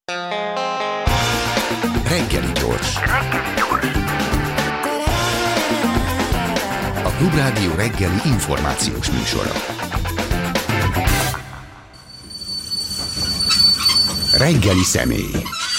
Reggeli gyors. A Klubrádió reggeli információs műsora. Reggeli személy.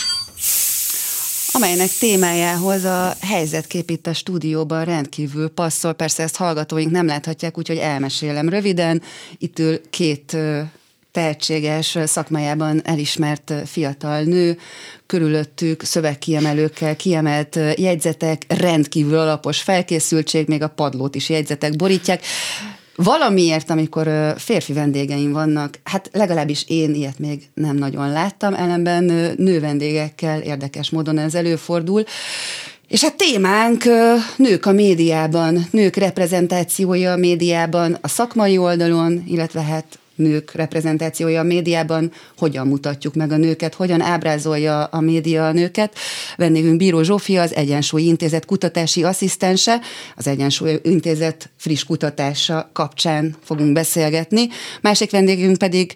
Amelynek témájához a helyzetkép itt a stúdióban rendkívül passzol. Persze ezt hallgatóink nem láthatják, úgyhogy elmesélem röviden. Itt ül két tehetséges, szakmájában elismert fiatal nő, körülöttük szövegkiemelőkkel kiemelt jegyzetek, rendkívül alapos felkészültség, még a padlót is jegyzetek borítják. Valamiért, amikor férfi vendégeim vannak, hát legalábbis én ilyet még nem nagyon láttam, ellenben nő vendégekkel érdekes módon ez előfordul. És a témánk nők a médiában, nők reprezentációja a médiában, a szakmai oldalon, illetve hát nők reprezentációja a médiában, hogyan mutatjuk meg a nőket, hogyan ábrázolja a média a nőket. Vendégünk Bíró Zsófia, az Egyensúly Intézet kutatási asszisztense, az Egyensúly Intézet friss kutatása kapcsán fogunk beszélgetni. Másik vendégünk pedig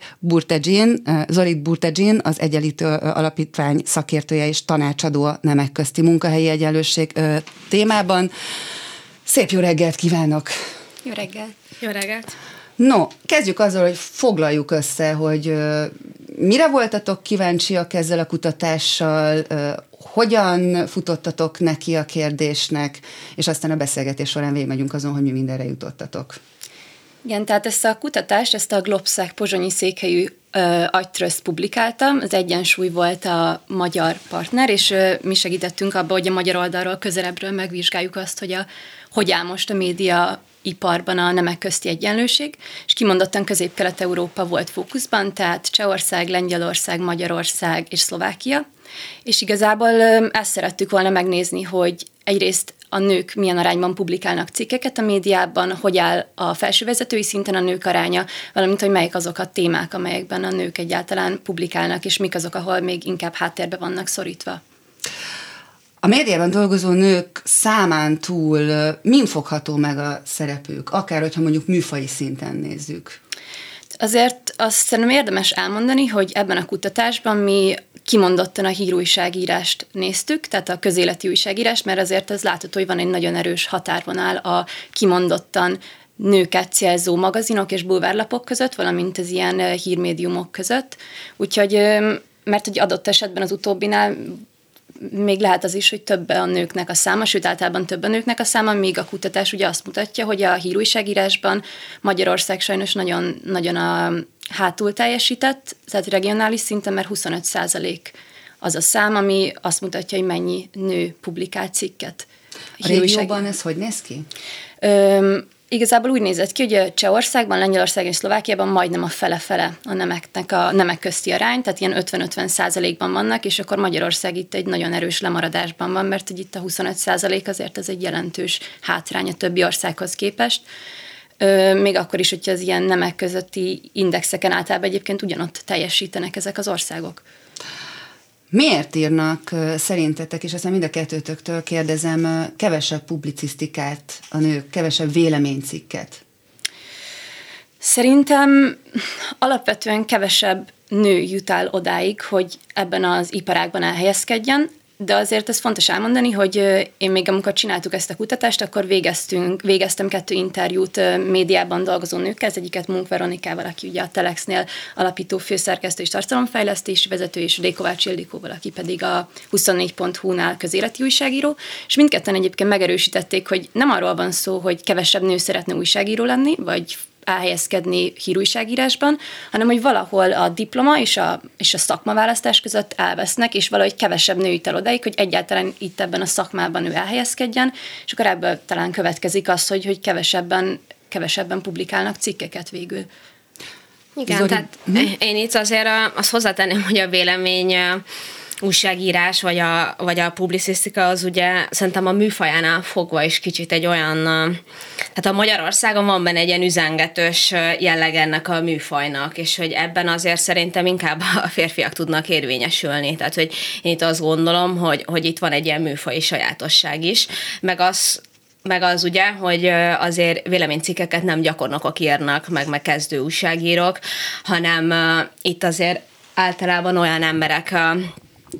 Zolit Burtegyén, az Egyenlítő Alapítvány szakértője és tanácsadó a nemek közti munkahelyi egyenlőség témában. Szép jó reggelt kívánok! Jó reggelt! Jó reggelt! No, kezdjük azzal, hogy foglaljuk össze, hogy mire voltatok kíváncsiak ezzel a kutatással, hogyan futottatok neki a kérdésnek, és aztán a beszélgetés során végigmegyünk azon, hogy mi mindenre jutottatok. Igen, tehát ezt a kutatást, ezt a Globsec pozsonyi székhelyű agytröszt publikáltam, az Egyensúly volt a magyar partner, és mi segítettünk abba, hogy a magyar oldalról közelebbről megvizsgáljuk azt, hogy áll most a média iparban a nemek közti egyenlőség, és kimondottan Közép-Kelet-Európa volt fókuszban, tehát Csehország, Lengyelország, Magyarország és Szlovákia, és igazából ezt szerettük volna megnézni, hogy egyrészt a nők milyen arányban publikálnak cikkeket a médiában, hogy áll a felsővezetői szinten a nők aránya, valamint, hogy melyek azok a témák, amelyekben a nők egyáltalán publikálnak, és mik azok, ahol még inkább háttérbe vannak szorítva. A médiában dolgozó nők számán túl min fogható meg a szerepük, akár hogyha mondjuk műfaji szinten nézzük? Azért azt szerintem érdemes elmondani, hogy ebben a kutatásban mi kimondottan a hírújságírást néztük, tehát a közéleti újságírást, mert azért ez látható, hogy van egy nagyon erős határvonal a kimondottan nőket célzó magazinok és bulvárlapok között, valamint az ilyen hírmédiumok között. Úgyhogy, mert hogy adott esetben az utóbbinál még lehet az is, hogy több a nőknek a száma, sőt általában több a nőknek a száma, míg a kutatás ugye azt mutatja, hogy a hírújságírásban Magyarország sajnos nagyon, nagyon hátul teljesített, tehát regionális szinten, mert 25% az a szám, ami azt mutatja, hogy mennyi nő publikál cikket. A régióban ez hogy néz ki? Igazából úgy nézett ki, hogy Csehországban, Lengyelországban és Szlovákiában majdnem a fele-fele a nemek közti arány, tehát ilyen 50-50%-ban vannak, és akkor Magyarország itt egy nagyon erős lemaradásban van, mert hogy itt a 25% azért ez egy jelentős hátrány a többi országhoz képest. Még akkor is, hogyha az ilyen nemek közötti indexeken általában egyébként ugyanott teljesítenek ezek az országok. Miért írnak szerintetek, és aztán mind a kettőtöktől kérdezem, kevesebb publicisztikát a nők, kevesebb véleménycikket? Szerintem alapvetően kevesebb nő jut el odáig, hogy ebben az iparágban elhelyezkedjen, de azért ez fontos elmondani, hogy én még amikor csináltuk ezt a kutatást, akkor végeztem 2 interjút médiában dolgozó nőkkel, az egyiket Munk Veronikával, aki ugye a Telexnél alapító főszerkesztő és tartalomfejlesztési vezető, és Rékovács Ildikóval, aki pedig a 24.hu-nál közéleti újságíró, és mindketten egyébként megerősítették, hogy nem arról van szó, hogy kevesebb nő szeretne újságíró lenni, vagy elhelyezkedni hírújságírásban, hanem hogy valahol a diploma és a szakmaválasztás között elvesznek, és valahogy kevesebb nő jut el odáig, hogy egyáltalán itt ebben a szakmában ő elhelyezkedjen, és akkor ebből talán következik az, hogy kevesebben publikálnak cikkeket végül. Igen, Zoli, tehát én itt azért azt hozzátenném, hogy a vélemény újságírás, vagy a publicisztika az ugye szerintem a műfajánál fogva is kicsit egy olyan, tehát a Magyarországon van benne egy ilyen üzengetős jelleg ennek a műfajnak, és hogy ebben azért szerintem inkább a férfiak tudnak érvényesülni, tehát hogy én itt azt gondolom, hogy itt van egy ilyen műfaji sajátosság is, meg az ugye, hogy azért véleménycikkeket nem gyakornokok írnak, meg kezdő újságírók, hanem itt azért általában olyan emberek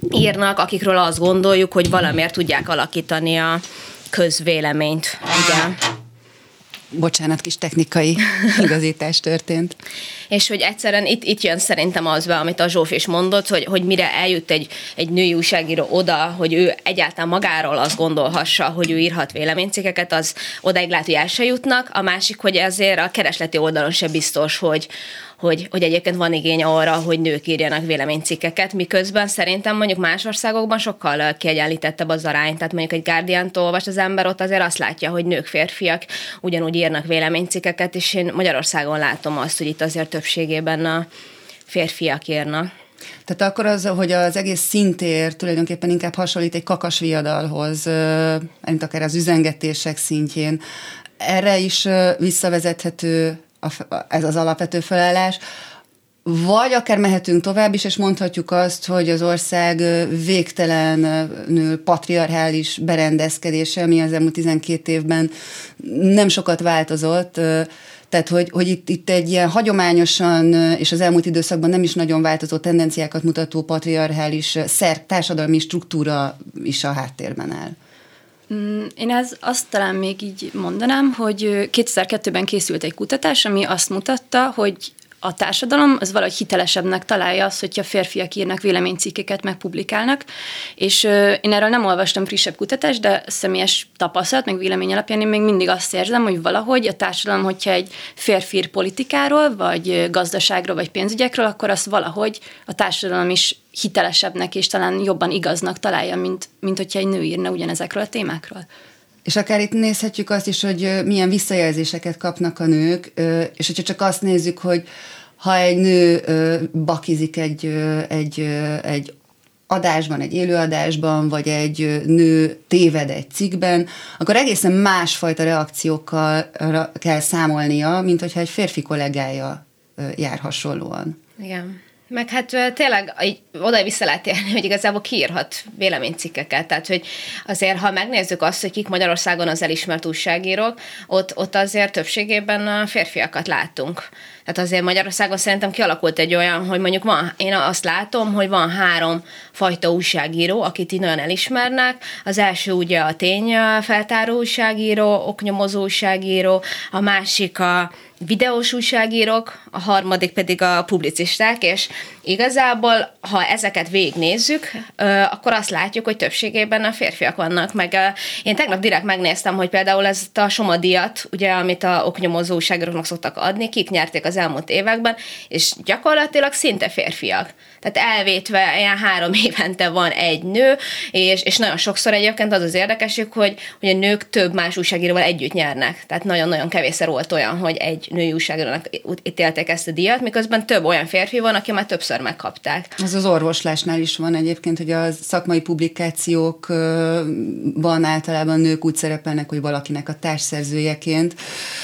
írnak, akikről azt gondoljuk, hogy valamiért tudják alakítani a közvéleményt. Igen. Bocsánat, kis technikai igazítás történt. És hogy egyszerűen itt jön szerintem az be, amit a Zsófi is mondott, hogy mire eljut egy női újságíró oda, hogy ő egyáltalán magáról azt gondolhassa, hogy ő írhat véleménycikkeket, az odáig lehet, hogy el se jutnak. A másik, hogy ezért a keresleti oldalon se biztos, hogy egyébként van igény arra, hogy nők írjanak véleménycikkeket, miközben szerintem mondjuk más országokban sokkal kiegyenlítettebb az arány. Tehát mondjuk egy Guardiant olvas az ember, ott azért azt látja, hogy nők, férfiak ugyanúgy írnak véleménycikkeket, és én Magyarországon látom azt, hogy itt azért többségében a férfiak írnak. Tehát akkor az, hogy az egész szintér tulajdonképpen inkább hasonlít egy kakasviadalhoz, mint akár az üzengetések szintjén. Erre is visszavezethető ez az alapvető felállás, vagy akár mehetünk tovább is, és mondhatjuk azt, hogy az ország végtelenül patriarchális berendezkedése, ami az elmúlt 12 évben nem sokat változott, tehát hogy itt egy ilyen hagyományosan és az elmúlt időszakban nem is nagyon változó tendenciákat mutató patriarchális társadalmi struktúra is a háttérben áll. Én azt talán még így mondanám, hogy 2002-ben készült egy kutatás, ami azt mutatta, hogy a társadalom az valahogy hitelesebbnek találja azt, hogyha férfiak írnak véleménycikkeket, meg publikálnak, és én erről nem olvastam frissebb kutatást, de személyes tapasztalat, meg vélemény alapján én még mindig azt érzem, hogy valahogy a társadalom, hogyha egy férfi ír politikáról, vagy gazdaságról, vagy pénzügyekről, akkor azt valahogy a társadalom is hitelesebbnek és talán jobban igaznak találja, mint hogyha egy nő írna ugyanezekről a témákról. És akár itt nézhetjük azt is, hogy milyen visszajelzéseket kapnak a nők, és hogyha csak azt nézzük, hogy ha egy nő bakizik egy adásban, egy élőadásban, vagy egy nő téved egy cikkben, akkor egészen másfajta reakciókkal kell számolnia, mint hogyha egy férfi kollégája jár hasonlóan. Igen. Meg hát tényleg oda vissza lehet élni, hogy igazából kiírhat véleménycikkeket. Tehát, hogy azért, ha megnézzük azt, hogy kik Magyarországon az elismert újságírók, ott azért többségében a férfiakat láttunk. Tehát azért Magyarországon szerintem kialakult egy olyan, hogy mondjuk én azt látom, hogy van 3 fajta újságíró, akit így nagyon elismernek. Az első ugye a tényfeltáró újságíró, oknyomozó újságíró, a másik a videós újságírók, a harmadik pedig a publicisták, és igazából, ha ezeket végignézzük, akkor azt látjuk, hogy többségében a férfiak vannak, meg én tegnap direkt megnéztem, hogy például ezt a Soma-díjat, ugye, amit a oknyomozó újságíróknak szoktak adni, kik nyerték az elmúlt években, és gyakorlatilag szinte férfiak. Tehát elvétve ilyen 3 évente van egy nő, és nagyon sokszor egyébként az érdekesük, hogy a nők több más újságíróval együtt nyernek. Tehát nagyon-nagyon kevésszer volt olyan, hogy egy női újságírónak ítélték ezt a díjat, miközben több olyan férfi van, aki már többször megkapták. Ez az orvoslásnál is van egyébként, hogy a szakmai publikációkban általában nők úgy szerepelnek, hogy valakinek a társszerzőjeként.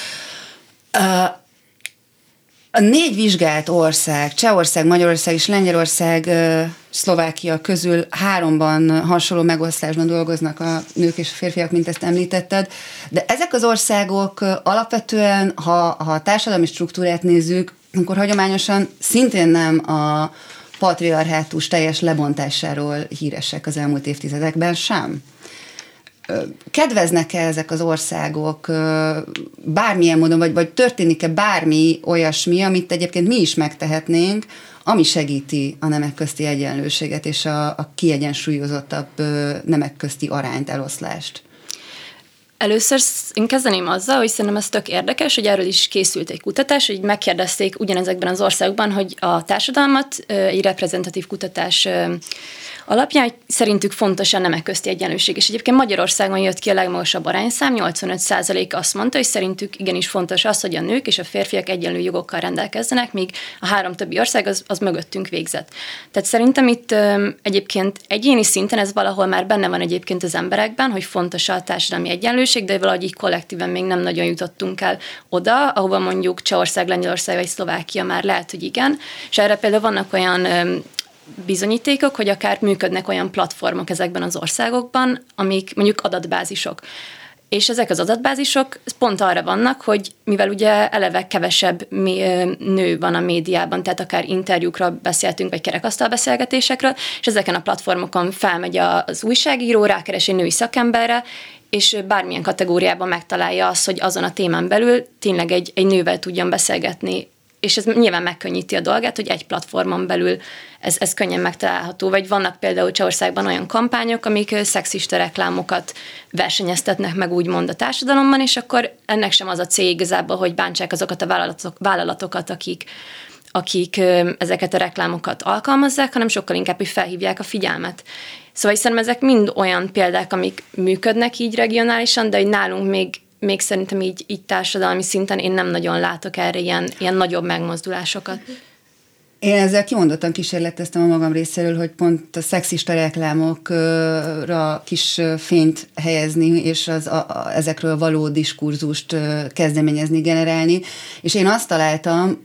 A 4 vizsgált ország, Csehország, Magyarország és Lengyelország, Szlovákia közül 3-ban hasonló megosztásban dolgoznak a nők és a férfiak, mint ezt említetted, de ezek az országok alapvetően, ha a társadalmi struktúrát nézzük, akkor hagyományosan szintén nem a patriarhátus teljes lebontásáról híresek az elmúlt évtizedekben sem. Kedveznek-e ezek az országok bármilyen módon, vagy történik-e bármi olyasmi, amit egyébként mi is megtehetnénk, ami segíti a nemek közti egyenlőséget és a kiegyensúlyozottabb nemek közti arányt, eloszlást? Először én kezdeném azzal, hogy szerintem ez tök érdekes, hogy erről is készült egy kutatás, hogy megkérdezték ugyanezekben az országokban, hogy a társadalmat egy reprezentatív kutatás alapján, hogy szerintük fontos a nemek közti egyenlőség. És egyébként Magyarországon jött ki a legmagasabb arányszám, 85% azt mondta, hogy szerintük igenis fontos az, hogy a nők és a férfiak egyenlő jogokkal rendelkezzenek, míg a 3 többi ország az mögöttünk végzett. Tehát szerintem itt egyébként egyéni szinten ez valahol már benne van egyébként az emberekben, hogy fontos a társadalmi egyenlőség, de valahogy így kollektíven még nem nagyon jutottunk el oda, ahova mondjuk Csehország, Lengyelország vagy Szlovákia már lehet, hogy igen. És erre például vannak olyan bizonyítékok, hogy akár működnek olyan platformok ezekben az országokban, amik mondjuk adatbázisok. És ezek az adatbázisok pont arra vannak, hogy mivel ugye eleve kevesebb nő van a médiában, tehát akár interjúkról beszéltünk, vagy kerekasztalbeszélgetésekről, és ezeken a platformokon felmegy az újságíró, rákeres egy női szakemberre, és bármilyen kategóriában megtalálja azt, hogy azon a témán belül tényleg egy nővel tudjon beszélgetni, és ez nyilván megkönnyíti a dolgát, hogy egy platformon belül ez könnyen megtalálható. Vagy vannak például Csehországban olyan kampányok, amik szexista reklámokat versenyeztetnek meg úgymond a társadalomban, és akkor ennek sem az a cél igazából, hogy bántsák azokat a vállalatokat, akik ezeket a reklámokat alkalmazzák, hanem sokkal inkább, hogy felhívják a figyelmet. Szóval hiszen ezek mind olyan példák, amik működnek így regionálisan, de hogy nálunk még szerintem így társadalmi szinten én nem nagyon látok erre ilyen nagyobb megmozdulásokat. Én ezzel kimondottan kísérleteztem a magam részéről, hogy pont a szexista reklámokra kis fényt helyezni, és ezekről való diskurzust kezdeményezni, generálni. És én azt találtam,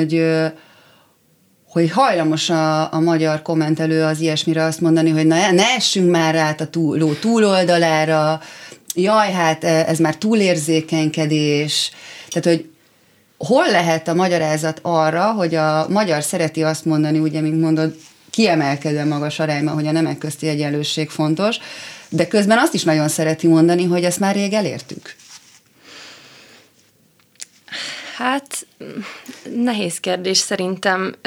hogy hajlamos a magyar kommentelő az ilyesmire azt mondani, hogy ne essünk már át a ló túloldalára, jaj, hát ez már túlérzékenykedés. Tehát, hogy hol lehet a magyarázat arra, hogy a magyar szereti azt mondani, ugye, mint mondod, kiemelkedően magas arányban, hogy a nemek közti egyenlőség fontos, de közben azt is nagyon szereti mondani, hogy ezt már rég elértük. Hát, nehéz kérdés szerintem.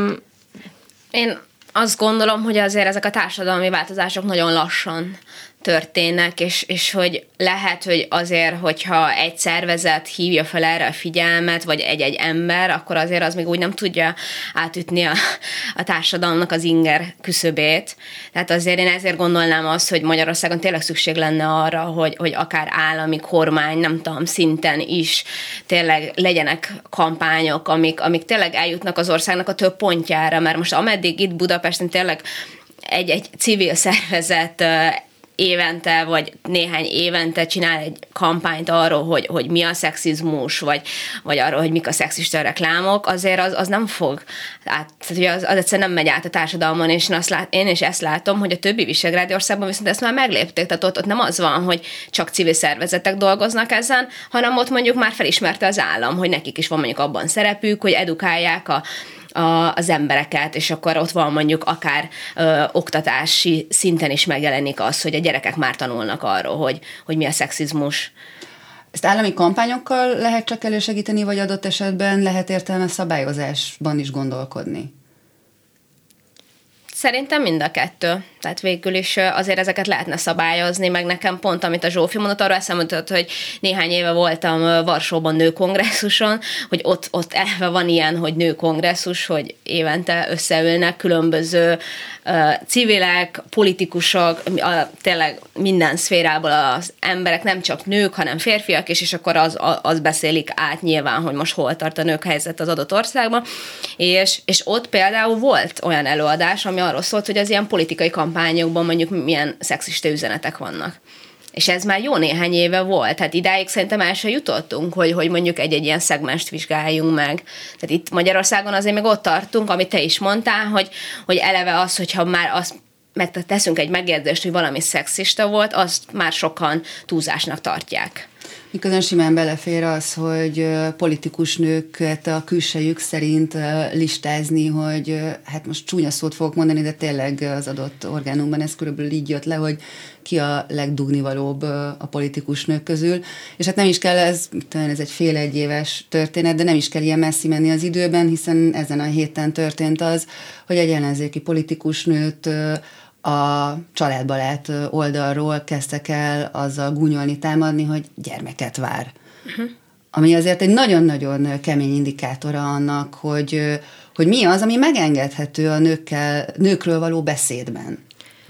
Én azt gondolom, hogy azért ezek a társadalmi változások nagyon lassan történnek, és hogy lehet, hogy azért, hogyha egy szervezet hívja fel erre a figyelmet, vagy egy ember, akkor azért az még úgy nem tudja átütni a társadalomnak az inger küszöbét. Tehát azért én ezért gondolnám azt, hogy Magyarországon tényleg szükség lenne arra, hogy akár állami kormány, nem tudom, szinten is tényleg legyenek kampányok, amik tényleg eljutnak az országnak a több pontjára, mert most ameddig itt Budapesten tényleg egy civil szervezet évente, vagy néhány évente csinál egy kampányt arról, hogy mi a szexizmus, vagy arról, hogy mik a szexista reklámok, azért az nem fog át, az egyszerűen nem megy át a társadalmon, és én is ezt látom, hogy a többi visegrádi országban viszont ezt már meglépték, tehát ott nem az van, hogy csak civil szervezetek dolgoznak ezen, hanem ott mondjuk már felismerte az állam, hogy nekik is van mondjuk abban szerepük, hogy edukálják az embereket, és akkor ott van mondjuk akár oktatási szinten is megjelenik az, hogy a gyerekek már tanulnak arról, hogy mi a szexizmus. Ezt állami kampányokkal lehet csak elősegíteni, vagy adott esetben lehet értelme szabályozásban is gondolkodni? Szerintem mind a kettő. Tehát végül is azért ezeket lehetne szabályozni, meg nekem pont, amit a Zsófi mondott, arra eszembe jutott, hogy néhány éve voltam Varsóban nőkongresszuson, hogy ott elve van ilyen, hogy nőkongresszus, hogy évente összeülnek különböző civilek, politikusok, tényleg minden szférából az emberek, nem csak nők, hanem férfiak, és akkor az beszélik át nyilván, hogy most hol tart a nők helyzet az adott országban, és ott például volt olyan előadás, ami arról szólt, hogy az ilyen politikai kampányokban mondjuk milyen szexista üzenetek vannak. És ez már jó néhány éve volt, tehát idáig szerintem el sem jutottunk, hogy mondjuk egy ilyen szegmest vizsgáljunk meg. Tehát itt Magyarországon azért még ott tartunk, amit te is mondtál, hogy eleve az, hogyha már azt teszünk egy megjegyzést, hogy valami szexista volt, azt már sokan túlzásnak tartják. Miközben simán belefér az, hogy politikus nőket a külsejük szerint listázni, hogy hát most csúnya szót fogok mondani, de tényleg az adott orgánumban ez körülbelül így jött le, hogy ki a legdugnivalóbb a politikus nők közül. És hát nem is kell talán ez egy fél-egy éves történet, de nem is kell ilyen messzi menni az időben, hiszen ezen a héten történt az, hogy egy ellenzéki politikus nőt a családbarát oldalról kezdtek el azzal gúnyolni, támadni, hogy gyermeket vár. Uh-huh. Ami azért egy nagyon-nagyon kemény indikátora annak, hogy mi az, ami megengedhető a nőkről való beszédben.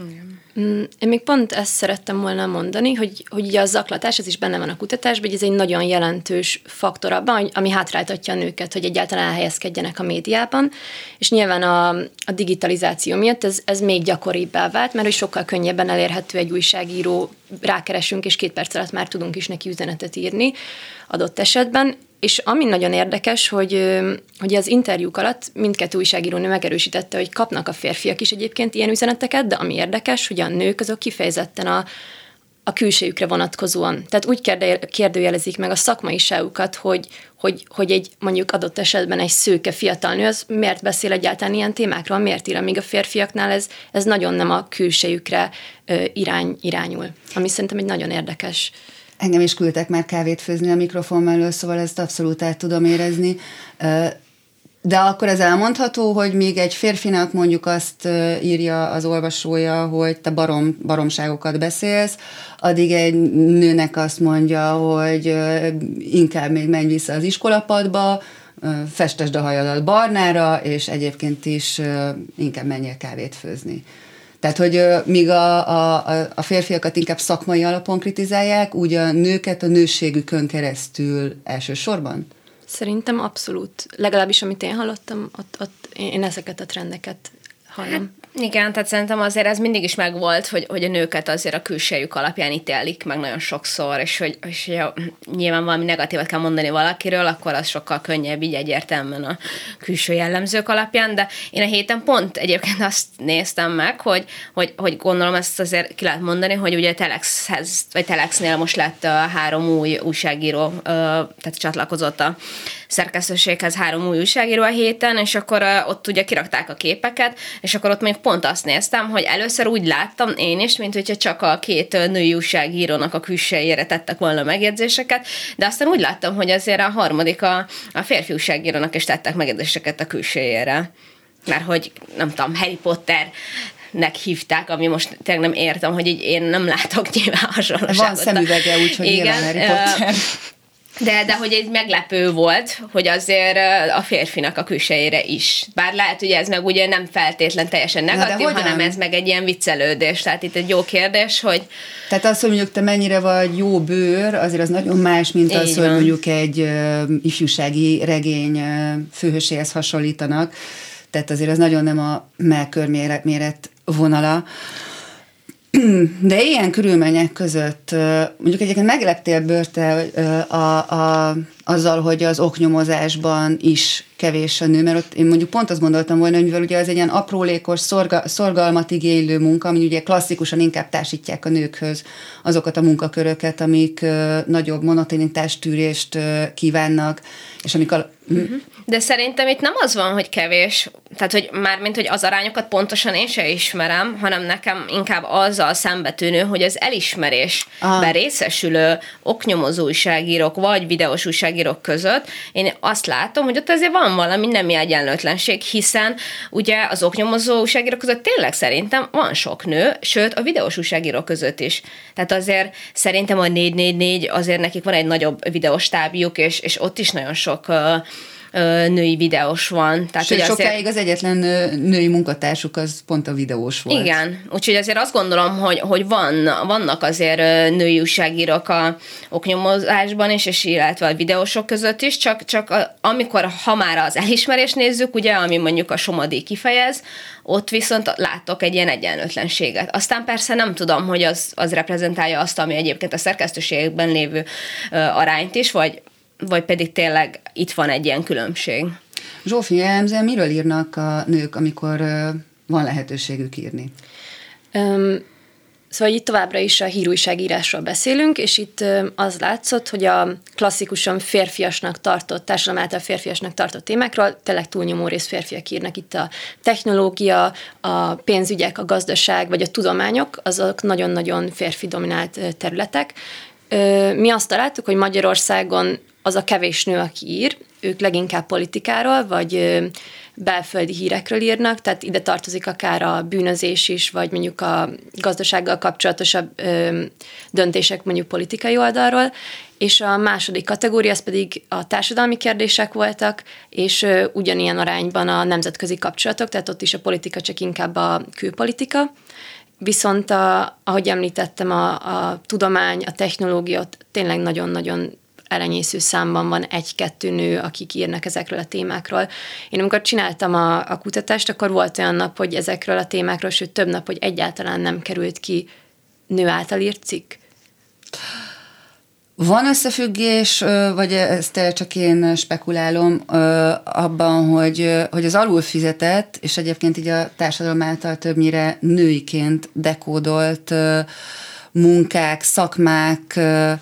Én még pont ezt szerettem volna mondani, hogy ugye a zaklatás, ez is benne van a kutatásban, hogy ez egy nagyon jelentős faktor abban, ami hátráltatja a nőket, hogy egyáltalán elhelyezkedjenek a médiában, és nyilván a digitalizáció miatt ez még gyakoribbá vált, mert hogy sokkal könnyebben elérhető egy újságíró, rákeresünk, és 2 perc alatt már tudunk is neki üzenetet írni adott esetben. És ami nagyon érdekes, hogy az interjúk alatt mindkettő újságírónő megerősítette, hogy kapnak a férfiak is egyébként ilyen üzeneteket, de ami érdekes, hogy a nők azok kifejezetten a külsejükre vonatkozóan. Tehát úgy kérdőjelezik meg a szakmaiságukat, hogy egy mondjuk adott esetben egy szőke fiatal nő, az miért beszél egyáltalán ilyen témákról, miért ír, míg a férfiaknál ez nagyon nem a külsejükre irányul, ami szerintem egy nagyon érdekes. Engem is küldtek már kávét főzni a mikrofon mellől, szóval ezt abszolút át tudom érezni. De akkor ez elmondható, hogy még egy férfinak mondjuk azt írja az olvasója, hogy te baromságokat beszélsz, addig egy nőnek azt mondja, hogy inkább még menj vissza az iskolapadba, festesd a hajadat barnára, és egyébként is inkább menjél kávét főzni. Tehát, hogy míg a férfiakat inkább szakmai alapon kritizálják, úgy a nőket a nőségükön keresztül elsősorban? Szerintem abszolút. Legalábbis, amit én hallottam, ott én ezeket a trendeket hallom. Igen, tehát szerintem azért ez mindig is megvolt, hogy a nőket azért a külsejük alapján ítélik meg nagyon sokszor, és hogy nyilván valami negatívat kell mondani valakiről, akkor az sokkal könnyebb így egyértelműen a külső jellemzők alapján, de én a héten pont egyébként azt néztem meg, hogy gondolom ezt azért ki lehet mondani, hogy ugye Telexnél most lett 3 új újságíró, tehát csatlakozott a szerkesztőséghez 3 új újságíró a héten, és akkor ott ugye kirakták a képeket, és akkor ott még pont azt néztem, hogy először úgy láttam én is, mint hogyha csak a 2 női újságírónak a külsejére tettek volna megjegyzéseket, de aztán úgy láttam, hogy azért a harmadik a férfi újságírónak is tettek megjegyzéseket a külsejére. Mert hogy nem tudom, Harry Potternek hívták, ami most tényleg nem értem, hogy így én nem látok nyilván hasonlóságot. Van szemüvege, úgyhogy nyilván Harry Potter. De hogy egy meglepő volt, hogy azért a férfinak a külsejére is. Bár lehet, hogy ez meg ugye nem feltétlen teljesen negatív, hanem ez meg egy ilyen viccelődés. Tehát itt egy jó kérdés, hogy... Tehát az, hogy mondjuk te mennyire vagy jó bőr, azért az nagyon más, mint az, hogy mondjuk egy ifjúsági regény főhőséhez hasonlítanak. Tehát azért az nagyon nem a mellkörméret vonala. De ilyen körülmények között mondjuk egyébként megleptél, Börte, azzal, hogy az oknyomozásban is kevés a nő, mert ott én mondjuk pont azt gondoltam volna, hogy mivel ugye az egy ilyen aprólékos, szorgalmat igénylő munka, ami ugye klasszikusan inkább társítják a nőkhöz azokat a munkaköröket, amik nagyobb monotonitástűrést kívánnak, és amik De szerintem itt nem az van, hogy kevés, tehát hogy mármint, hogy az arányokat pontosan én se ismerem, hanem nekem inkább azzal szembetűnő, hogy az elismerésben részesülő oknyomozó újságírók vagy videós újságírók között én azt látom, hogy ott azért van valami nemi egyenlőtlenség, hiszen ugye az oknyomozó újságírók között tényleg szerintem van sok nő, sőt a videós újságírók között is. Tehát azért szerintem a 444 azért nekik van egy nagyobb videóstábjuk, és ott is nagyon sok női videós van. Tehát, sőt, sokáig az egyetlen női munkatársuk az pont a videós volt. Igen, úgyhogy azért azt gondolom, hogy vannak azért női újságírók a oknyomozásban is, és illetve a videósok között is, csak amikor, ha már az elismerést nézzük, ugye, ami mondjuk a Somodi kifejez, ott viszont látok egy ilyen egyenlőtlenséget. Aztán persze nem tudom, hogy az reprezentálja azt, ami egyébként a szerkesztőségben lévő arányt is, vagy pedig tényleg itt van egy ilyen különbség. Zsófi, jellemzően miről írnak a nők, amikor van lehetőségük írni? Szóval itt továbbra is a hírújságírásról beszélünk, és itt az látszott, hogy a klasszikusan férfiasnak tartott, társadalom által férfiasnak tartott témákról tényleg túlnyomó rész férfiak írnak. Itt a technológia, a pénzügyek, a gazdaság, vagy a tudományok, azok nagyon-nagyon férfi dominált területek. Mi azt találtuk, hogy Magyarországon az a kevés nő, aki ír, ők leginkább politikáról, vagy belföldi hírekről írnak, tehát ide tartozik akár a bűnözés is, vagy mondjuk a gazdasággal kapcsolatosabb döntések mondjuk politikai oldalról, és a második kategória, az pedig a társadalmi kérdések voltak, és ugyanilyen arányban a nemzetközi kapcsolatok, tehát ott is a politika csak inkább a külpolitika. Viszont, ahogy említettem, a tudomány, a technológia ott tényleg nagyon-nagyon elenyésző számban van 1-2 nő, akik írnak ezekről a témákról. Én amikor csináltam a kutatást, akkor volt olyan nap, hogy ezekről a témákról, sőt több nap, hogy egyáltalán nem került ki nő által írt cikk. Van összefüggés, vagy ezt csak én spekulálom abban, hogy az alulfizetett, és egyébként így a társadalom által többnyire nőiként dekódolt munkák, szakmák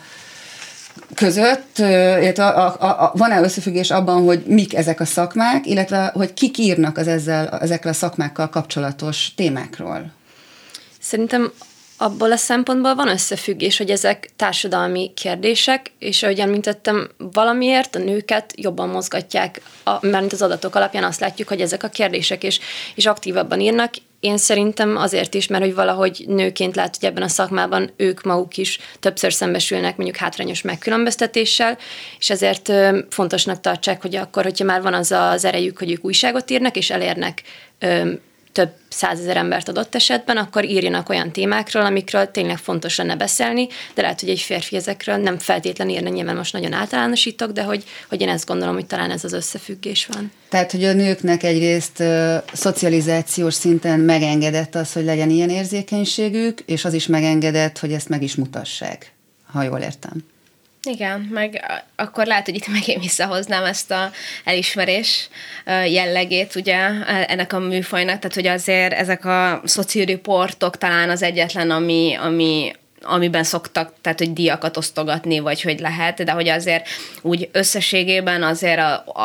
között, illetve van-e összefüggés abban, hogy mik ezek a szakmák, illetve hogy kik írnak ezekkel a szakmákkal kapcsolatos témákról? Szerintem abból a szempontból van összefüggés, hogy ezek társadalmi kérdések, és ahogy említettem, valamiért a nőket jobban mozgatják, mert az adatok alapján azt látjuk, hogy ezek a kérdések és aktívabban írnak. Én szerintem azért is, mert hogy valahogy nőként lát, hogy ebben a szakmában ők maguk is többször szembesülnek mondjuk hátrányos megkülönböztetéssel, és ezért fontosnak tartsák, hogy akkor, hogyha már van az erejük, hogy ők újságot írnak, és elérnek több 100 000 embert adott esetben, akkor írjanak olyan témákról, amikről tényleg fontos lenne beszélni, de lehet, hogy egy férfi ezekről nem feltétlenül írna, nyilván most nagyon általánosítok, de hogy én ezt gondolom, hogy talán ez az összefüggés van. Tehát, hogy a nőknek egyrészt szocializációs szinten megengedett az, hogy legyen ilyen érzékenységük, és az is megengedett, hogy ezt meg is mutassák, ha jól értem. Igen, meg akkor lehet, hogy itt megint visszahoznám ezt a elismerés jellegét ugye ennek a műfajnak, tehát hogy azért ezek a szocioriportok talán az egyetlen, amiben szoktak, tehát hogy díjakat osztogatni, vagy hogy lehet, de hogy azért úgy összességében azért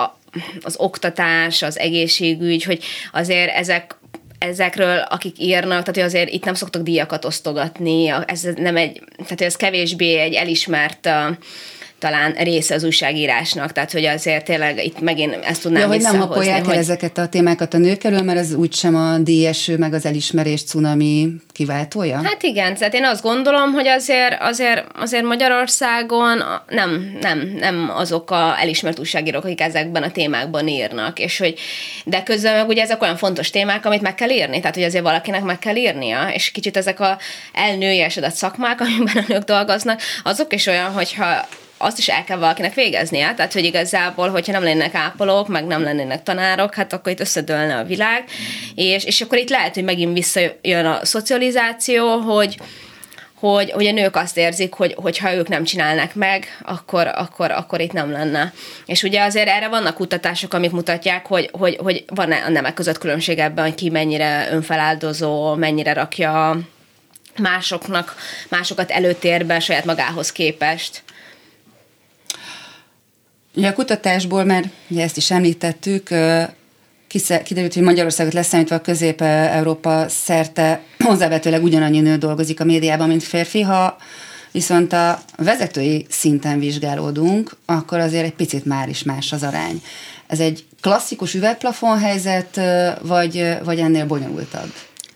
az oktatás, az egészségügy, hogy azért ezekről, akik írnak, tehát hogy azért itt nem szoktak díjakat osztogatni, ez nem tehát ez kevésbé egy elismert talán része az újságírásnak, tehát hogy azért tényleg itt megint ezt tudnám visszahozni. Hogy nem hapolják el ezeket a témákat a nők elől, mert ez úgysem a díjeső, meg az elismerés cunami kiváltója? Hát igen, tehát én azt gondolom, hogy azért Magyarországon nem azok a elismert újságírók, akik ezekben a témákban írnak, és hogy, de közben meg ugye ezek olyan fontos témák, amit meg kell írni, tehát hogy azért valakinek meg kell írnia, és kicsit ezek a elnőjesedett szakmák, amiben a nők dolgoznak, azok is olyan, hogyha azt is el kell valakinek végeznie, tehát hogy igazából, hogyha nem lennének ápolók, meg nem lennének tanárok, hát akkor itt összedőlne a világ, és akkor itt lehet, hogy megint visszajön a szocializáció, hogy a nők azt érzik, hogy ha ők nem csinálnak meg, akkor itt nem lenne. És ugye azért erre vannak kutatások, amik mutatják, hogy van a nemek között különbség ebben, hogy ki mennyire önfeláldozó, mennyire rakja másokat előtérbe saját magához képest. Ugye a kutatásból már ugye ezt is említettük, kiderült, hogy Magyarországot leszámítva a Közép-Európa szerte hozzávetőleg ugyanannyi nő dolgozik a médiában, mint férfi. Ha viszont a vezetői szinten vizsgálódunk, akkor azért egy picit már is más az arány. Ez egy klasszikus üvegplafon helyzet, vagy ennél bonyolultabb?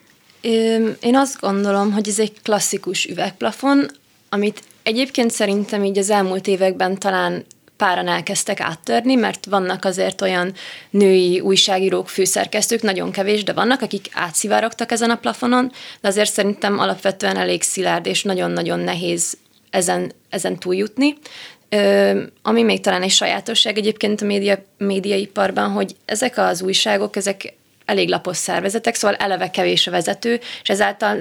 Én azt gondolom, hogy ez egy klasszikus üvegplafon, amit egyébként szerintem így az elmúlt években talán páran elkezdtek áttörni, mert vannak azért olyan női újságírók, főszerkesztők, nagyon kevés, de vannak, akik átszivárogtak ezen a plafonon, de azért szerintem alapvetően elég szilárd és nagyon-nagyon nehéz ezen túljutni. Ami még talán egy sajátosság egyébként a médiaiparban, hogy ezek az újságok, ezek elég lapos szervezetek, szóval eleve kevés a vezető, és ezáltal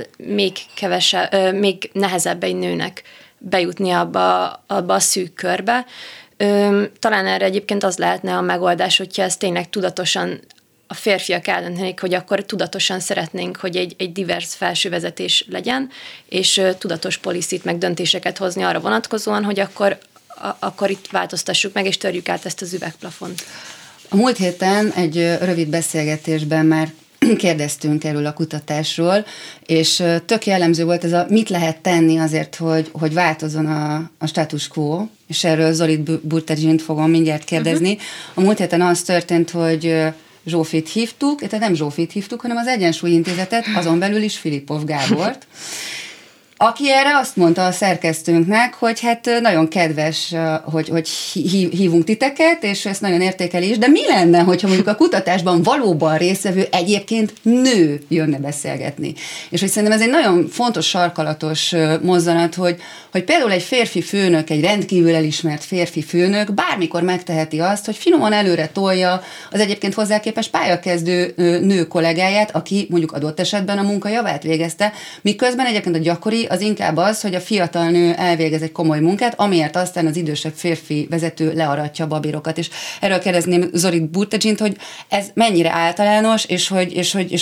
még nehezebb egy nőnek bejutni abba a szűk körbe. Talán erre egyébként az lehetne a megoldás, hogyha ez tényleg tudatosan a férfiak eldöntenék, hogy akkor tudatosan szeretnénk, hogy egy divers felsővezetés legyen, és tudatos policyt meg döntéseket hozni arra vonatkozóan, hogy akkor itt változtassuk meg, és törjük át ezt az üvegplafont. A múlt héten egy rövid beszélgetésben már kérdeztünk erről a kutatásról, és tök jellemző volt ez a mit lehet tenni azért, hogy változzon a status quo, és erről Zorit Burtegyint fogom mindjárt kérdezni. A múlt héten az történt, hogy Zsófit hívtuk, tehát nem Zsófit hívtuk, hanem az Egyensúly Intézetet, azon belül is Filipov Gábort, aki erre azt mondta a szerkesztőnknek, hogy hát nagyon kedves, hogy hívunk titeket, és ezt nagyon értékeli is, de mi lenne, hogyha mondjuk a kutatásban valóban résztvevő egyébként nő jönne beszélgetni? És hogy szerintem ez egy nagyon fontos, sarkalatos mozzanat, hogy például egy férfi főnök, egy rendkívül elismert férfi főnök bármikor megteheti azt, hogy finoman előre tolja az egyébként hozzá képes pályakezdő nő kollégáját, aki mondjuk adott esetben a munka javát végezte, miközben egyébként a gyakori az inkább az, hogy a fiatal nő elvégez egy komoly munkát, amiért aztán az idősebb férfi vezető learatja a babírokat. És erről kérdezném Zorit Burtegyint, hogy ez mennyire általános, és hogy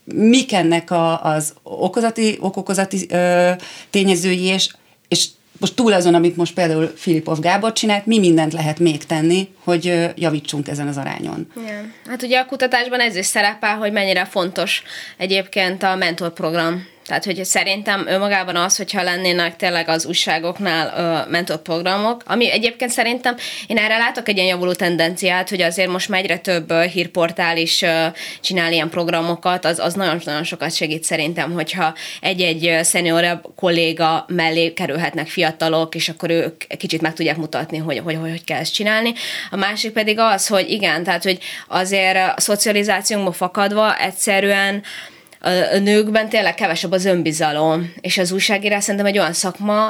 mik ennek az okokozati tényezői, és most túl azon, amit most például Filipov Gábor csinált, mi mindent lehet még tenni, hogy javítsunk ezen az arányon. Igen. Hát ugye a kutatásban ez is szerepel, hogy mennyire fontos egyébként a mentorprogram. Tehát, hogy szerintem önmagában az, hogyha lennének tényleg az újságoknál mentorprogramok, ami egyébként szerintem, én erre látok egy ilyen javuló tendenciát, hogy azért most már egyre több hírportál is csinál ilyen programokat, az nagyon-nagyon sokat segít szerintem, hogyha egy-egy szeniorabb kolléga mellé kerülhetnek fiatalok, és akkor ők kicsit meg tudják mutatni, hogy kell ezt csinálni. A másik pedig az, hogy igen, tehát, hogy azért a szocializációnkból fakadva egyszerűen a nőkben tényleg kevesebb az önbizalom, és az újságírás szerintem egy olyan szakma,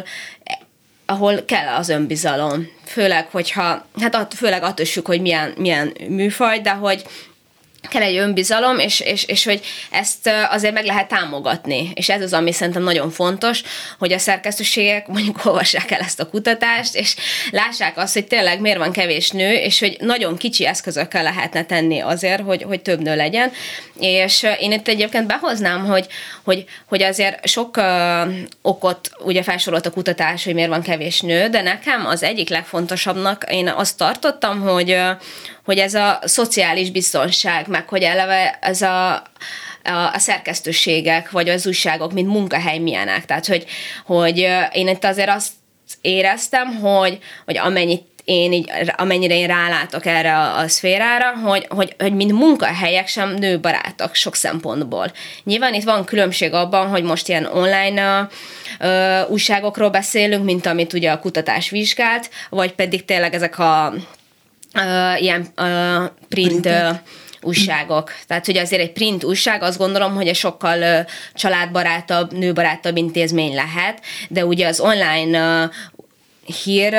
ahol kell az önbizalom. Főleg, főleg attól függ, hogy milyen műfaj, de hogy kell egy önbizalom, és hogy ezt azért meg lehet támogatni. És ez az, ami szerintem nagyon fontos, hogy a szerkesztőségek mondjuk olvassák el ezt a kutatást, és lássák azt, hogy tényleg miért van kevés nő, és hogy nagyon kicsi eszközökkel lehetne tenni azért, hogy több nő legyen. És én itt egyébként behoznám, hogy azért sok okot ugye felsorolt a kutatás, hogy miért van kevés nő, de nekem az egyik legfontosabbnak én azt tartottam, hogy ez a szociális biztonság, meg hogy eleve ez a szerkesztőségek, vagy az újságok, mint munkahely milyenek. Tehát, hogy én itt azért azt éreztem, hogy amennyire én rálátok erre a szférára, hogy mint munkahelyek sem nőbarátok sok szempontból. Nyilván itt van különbség abban, hogy most ilyen online újságokról beszélünk, mint amit ugye a kutatás vizsgált, vagy pedig tényleg ezek ilyen print újságok. Tehát, hogy azért egy print újság, azt gondolom, hogy egy sokkal családbarátabb, nőbarátabb intézmény lehet, de ugye az online hír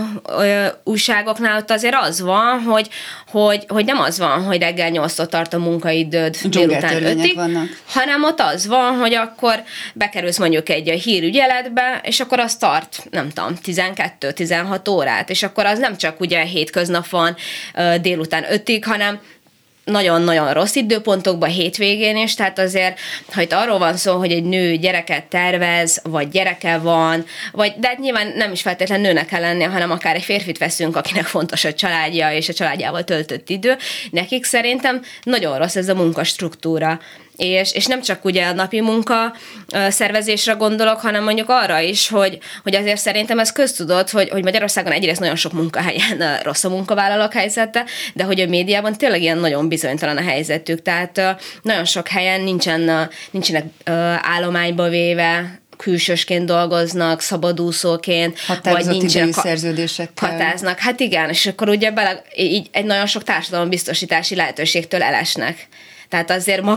újságoknál ott azért az van, hogy nem az van, hogy reggel 8-tól tart a munkaidőd délután 5-ig, hanem ott az van, hogy akkor bekerülsz mondjuk egy hírügyeletbe, és akkor az tart, nem tudom, 12-16 órát, és akkor az nem csak ugye hétköznap van délután 5-ig, hanem nagyon-nagyon rossz időpontokban, hétvégén is, tehát azért, ha itt arról van szó, hogy egy nő gyereket tervez, vagy gyereke van, de hát nyilván nem is feltétlenül nőnek kell lennie, hanem akár egy férfit veszünk, akinek fontos a családja és a családjával töltött idő, nekik szerintem nagyon rossz ez a munkastruktúra. És nem csak ugye a napi munka szervezésre gondolok, hanem mondjuk arra is, hogy azért szerintem ez köztudott, hogy Magyarországon egyrészt nagyon sok munkahelyen rossz a munkavállalók helyzete, de hogy a médiában tényleg ilyen nagyon bizonytalan a helyzetük. Tehát nagyon sok helyen nincsenek állományba véve, külsősként dolgoznak, szabadúszóként, vagy nincsen szerződésekkel. Hatáznak. Hát igen, és akkor ugye így egy nagyon sok társadalombiztosítási lehetőségtől elesnek. Tehát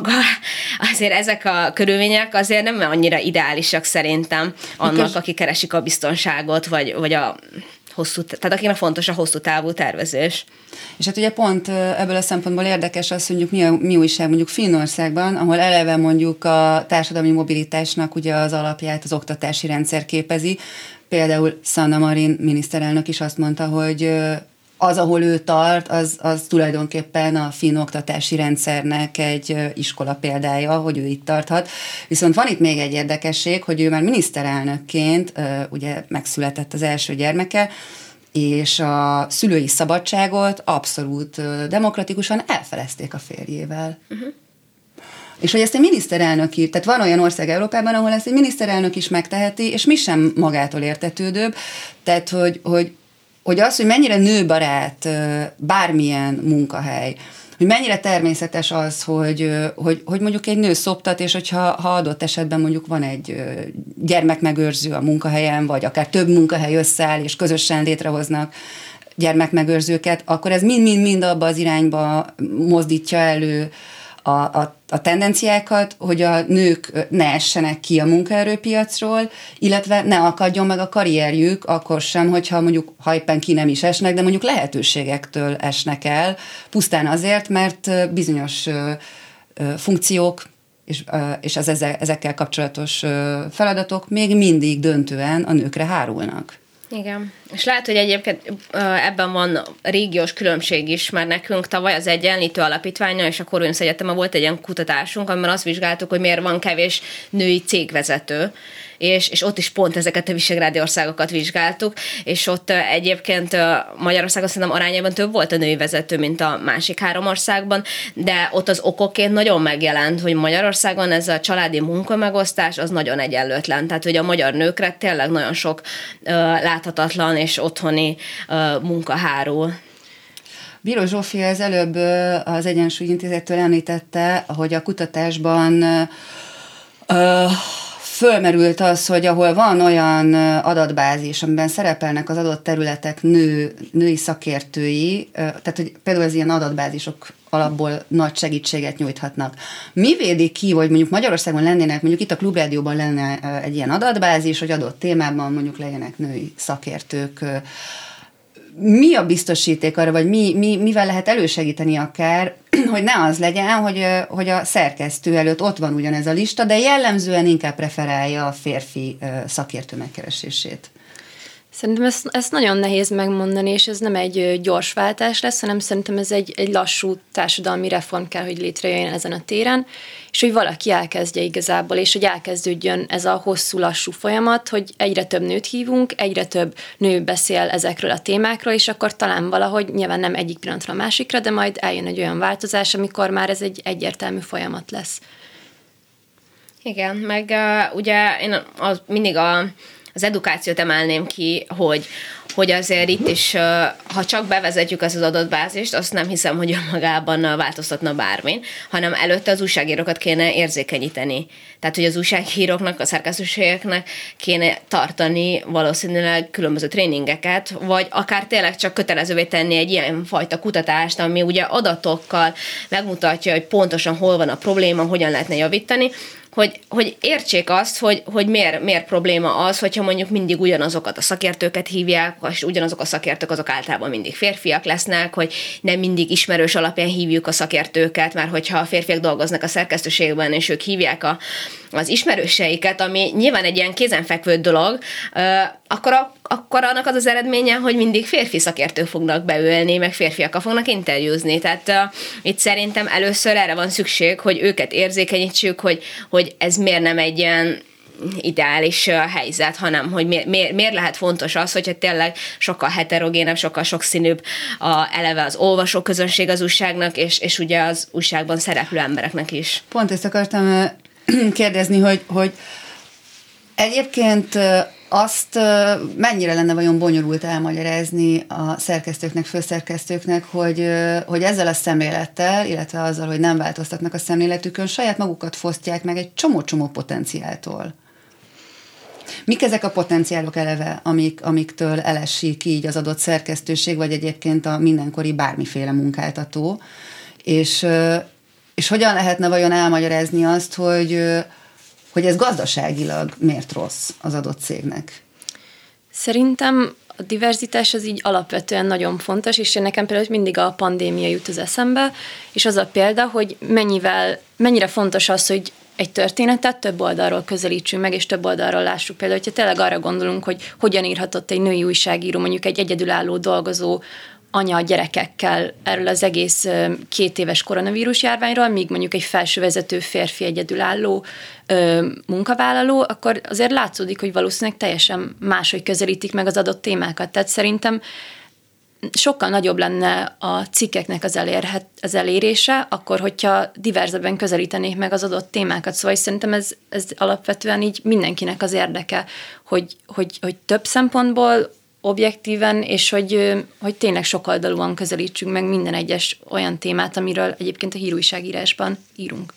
azért ezek a körülmények azért nem annyira ideálisak szerintem annak, aki keresik a biztonságot, vagy a tehát akinek fontos a hosszú távú tervezés. És hát ugye pont ebből a szempontból érdekes az, hogy mi újság mondjuk Finnországban, ahol eleve mondjuk a társadalmi mobilitásnak ugye az alapját az oktatási rendszer képezi. Például Sanna Marin miniszterelnök is azt mondta, hogy az, ahol ő tart, az tulajdonképpen a finn oktatási rendszernek egy iskola példája, hogy ő itt tarthat. Viszont van itt még egy érdekesség, hogy ő már miniszterelnökként, ugye megszületett az első gyermeke, és a szülői szabadságot abszolút demokratikusan elfelezték a férjével. Uh-huh. És hogy ezt egy miniszterelnök ír, tehát van olyan ország Európában, ahol ezt egy miniszterelnök is megteheti, és mi sem magától értetődőbb, tehát hogy az, hogy mennyire nőbarát bármilyen munkahely, hogy mennyire természetes az, hogy mondjuk egy nő szoptat, és hogyha adott esetben mondjuk van egy gyermekmegőrző a munkahelyen, vagy akár több munkahely összeáll, és közösen létrehoznak gyermekmegőrzőket, akkor ez mind abba az irányba mozdítja elő a tendenciákat, hogy a nők ne essenek ki a munkaerőpiacról, illetve ne akadjon meg a karrierjük, akkor sem, hogyha mondjuk, ha éppen ki nem is esnek, de mondjuk lehetőségektől esnek el, pusztán azért, mert bizonyos funkciók és az ezekkel kapcsolatos feladatok még mindig döntően a nőkre hárulnak. Igen, és lehet, hogy egyébként ebben van régiós különbség is, mert nekünk tavaly az Egyenlítő Alapítványnal és a Corvinus Egyetemen volt egy ilyen kutatásunk, amiben azt vizsgáltuk, hogy miért van kevés női cégvezető, és ott is pont ezeket a visegrádi országokat vizsgáltuk, és ott egyébként Magyarországon szerintem arányában több volt a női vezető, mint a másik 3 országban, de ott az okokként nagyon megjelent, hogy Magyarországon ez a családi munkamegosztás az nagyon egyenlőtlen, tehát hogy a magyar nőkre tényleg nagyon sok láthatatlan és otthoni munka hárul. Bíró Zsófia az előbb az Egyensúly Intézettől említette, hogy a kutatásban fölmerült az, hogy ahol van olyan adatbázis, amiben szerepelnek az adott területek női szakértői, tehát hogy például az ilyen adatbázisok alapból nagy segítséget nyújthatnak. Mi védi ki, hogy mondjuk Magyarországon lennének, mondjuk itt a Klubrádióban lenne egy ilyen adatbázis, hogy adott témában mondjuk legyenek női szakértők. Mi a biztosíték arra, vagy mivel lehet elősegíteni akár, hogy ne az legyen, hogy a szerkesztő előtt ott van ugyanez a lista, de jellemzően inkább preferálja a férfi szakértő megkeresését? Szerintem ezt nagyon nehéz megmondani, és ez nem egy gyors váltás lesz, hanem szerintem ez egy lassú társadalmi reform kell, hogy létrejöjjön ezen a téren, és hogy valaki elkezdje igazából, és hogy elkezdődjön ez a hosszú, lassú folyamat, hogy egyre több nőt hívunk, egyre több nő beszél ezekről a témákról, és akkor talán valahogy, nyilván nem egyik pillanatra a másikra, de majd eljön egy olyan változás, amikor már ez egy egyértelmű folyamat lesz. Igen, meg ugye én mindig az edukációt emelném ki, hogy azért itt is, ha csak bevezetjük az adatbázist, azt nem hiszem, hogy önmagában változtatna bármin, hanem előtte az újságírókat kéne érzékenyíteni. Tehát, hogy az újságíróknak, a szerkesztőségeknek kéne tartani valószínűleg különböző tréningeket, vagy akár tényleg csak kötelezővé tenni egy ilyen fajta kutatást, ami ugye adatokkal megmutatja, hogy pontosan hol van a probléma, hogyan lehetne javítani, hogy értsék azt, hogy miért probléma az, hogyha mondjuk mindig ugyanazokat a szakértőket hívják, és ugyanazok a szakértők azok általában mindig férfiak lesznek, hogy nem mindig ismerős alapján hívjuk a szakértőket, mert hogyha a férfiak dolgoznak a szerkesztőségben, és ők hívják az ismerőseiket, ami nyilván egy ilyen kézenfekvő dolog, akkor annak az az eredménye, hogy mindig férfi szakértők fognak beülni, meg férfiakkal fognak interjúzni. Tehát itt szerintem először erre van szükség, hogy őket érzékenyítsük, hogy ez miért nem egy ilyen ideális helyzet, hanem hogy miért lehet fontos az, hogyha tényleg sokkal heterogénebb, sokkal sokszínűbb eleve az olvasóközönség az újságnak, és ugye az újságban szereplő embereknek is. Pont ezt akartam kérdezni, hogy egyébként azt mennyire lenne vajon bonyolult elmagyarázni a szerkesztőknek, főszerkesztőknek, hogy ezzel a szemlélettel, illetve azzal, hogy nem változtatnak a szemléletükön, saját magukat fosztják meg egy csomó potenciáltól. Mik ezek a potenciálok eleve, amiktől elesik így az adott szerkesztőség, vagy egyébként a mindenkori bármiféle munkáltató, és hogyan lehetne vajon elmagyarázni azt, hogy ez gazdaságilag miért rossz az adott cégnek? Szerintem a diverzitás az így alapvetően nagyon fontos, és nekem például mindig a pandémia jut az eszembe, és az a példa, hogy mennyire fontos az, hogy egy történetet több oldalról közelítsünk meg, és több oldalról lássuk. Például, hogyha tényleg arra gondolunk, hogy hogyan írhatott egy női újságíró, mondjuk egy egyedülálló dolgozó anya a gyerekekkel erről az egész 2 éves koronavírus járványról, míg mondjuk egy felsővezető férfi egyedülálló munkavállaló, akkor azért látszódik, hogy valószínűleg teljesen máshogy közelítik meg az adott témákat. Tehát szerintem sokkal nagyobb lenne a cikkeknek az elérése, akkor, hogyha diverzebben közelítenék meg az adott témákat. Szóval szerintem ez alapvetően így mindenkinek az érdeke, hogy több szempontból objektíven, és hogy tényleg sokoldalúan közelítsünk meg minden egyes olyan témát, amiről egyébként a hírújságírásban írunk.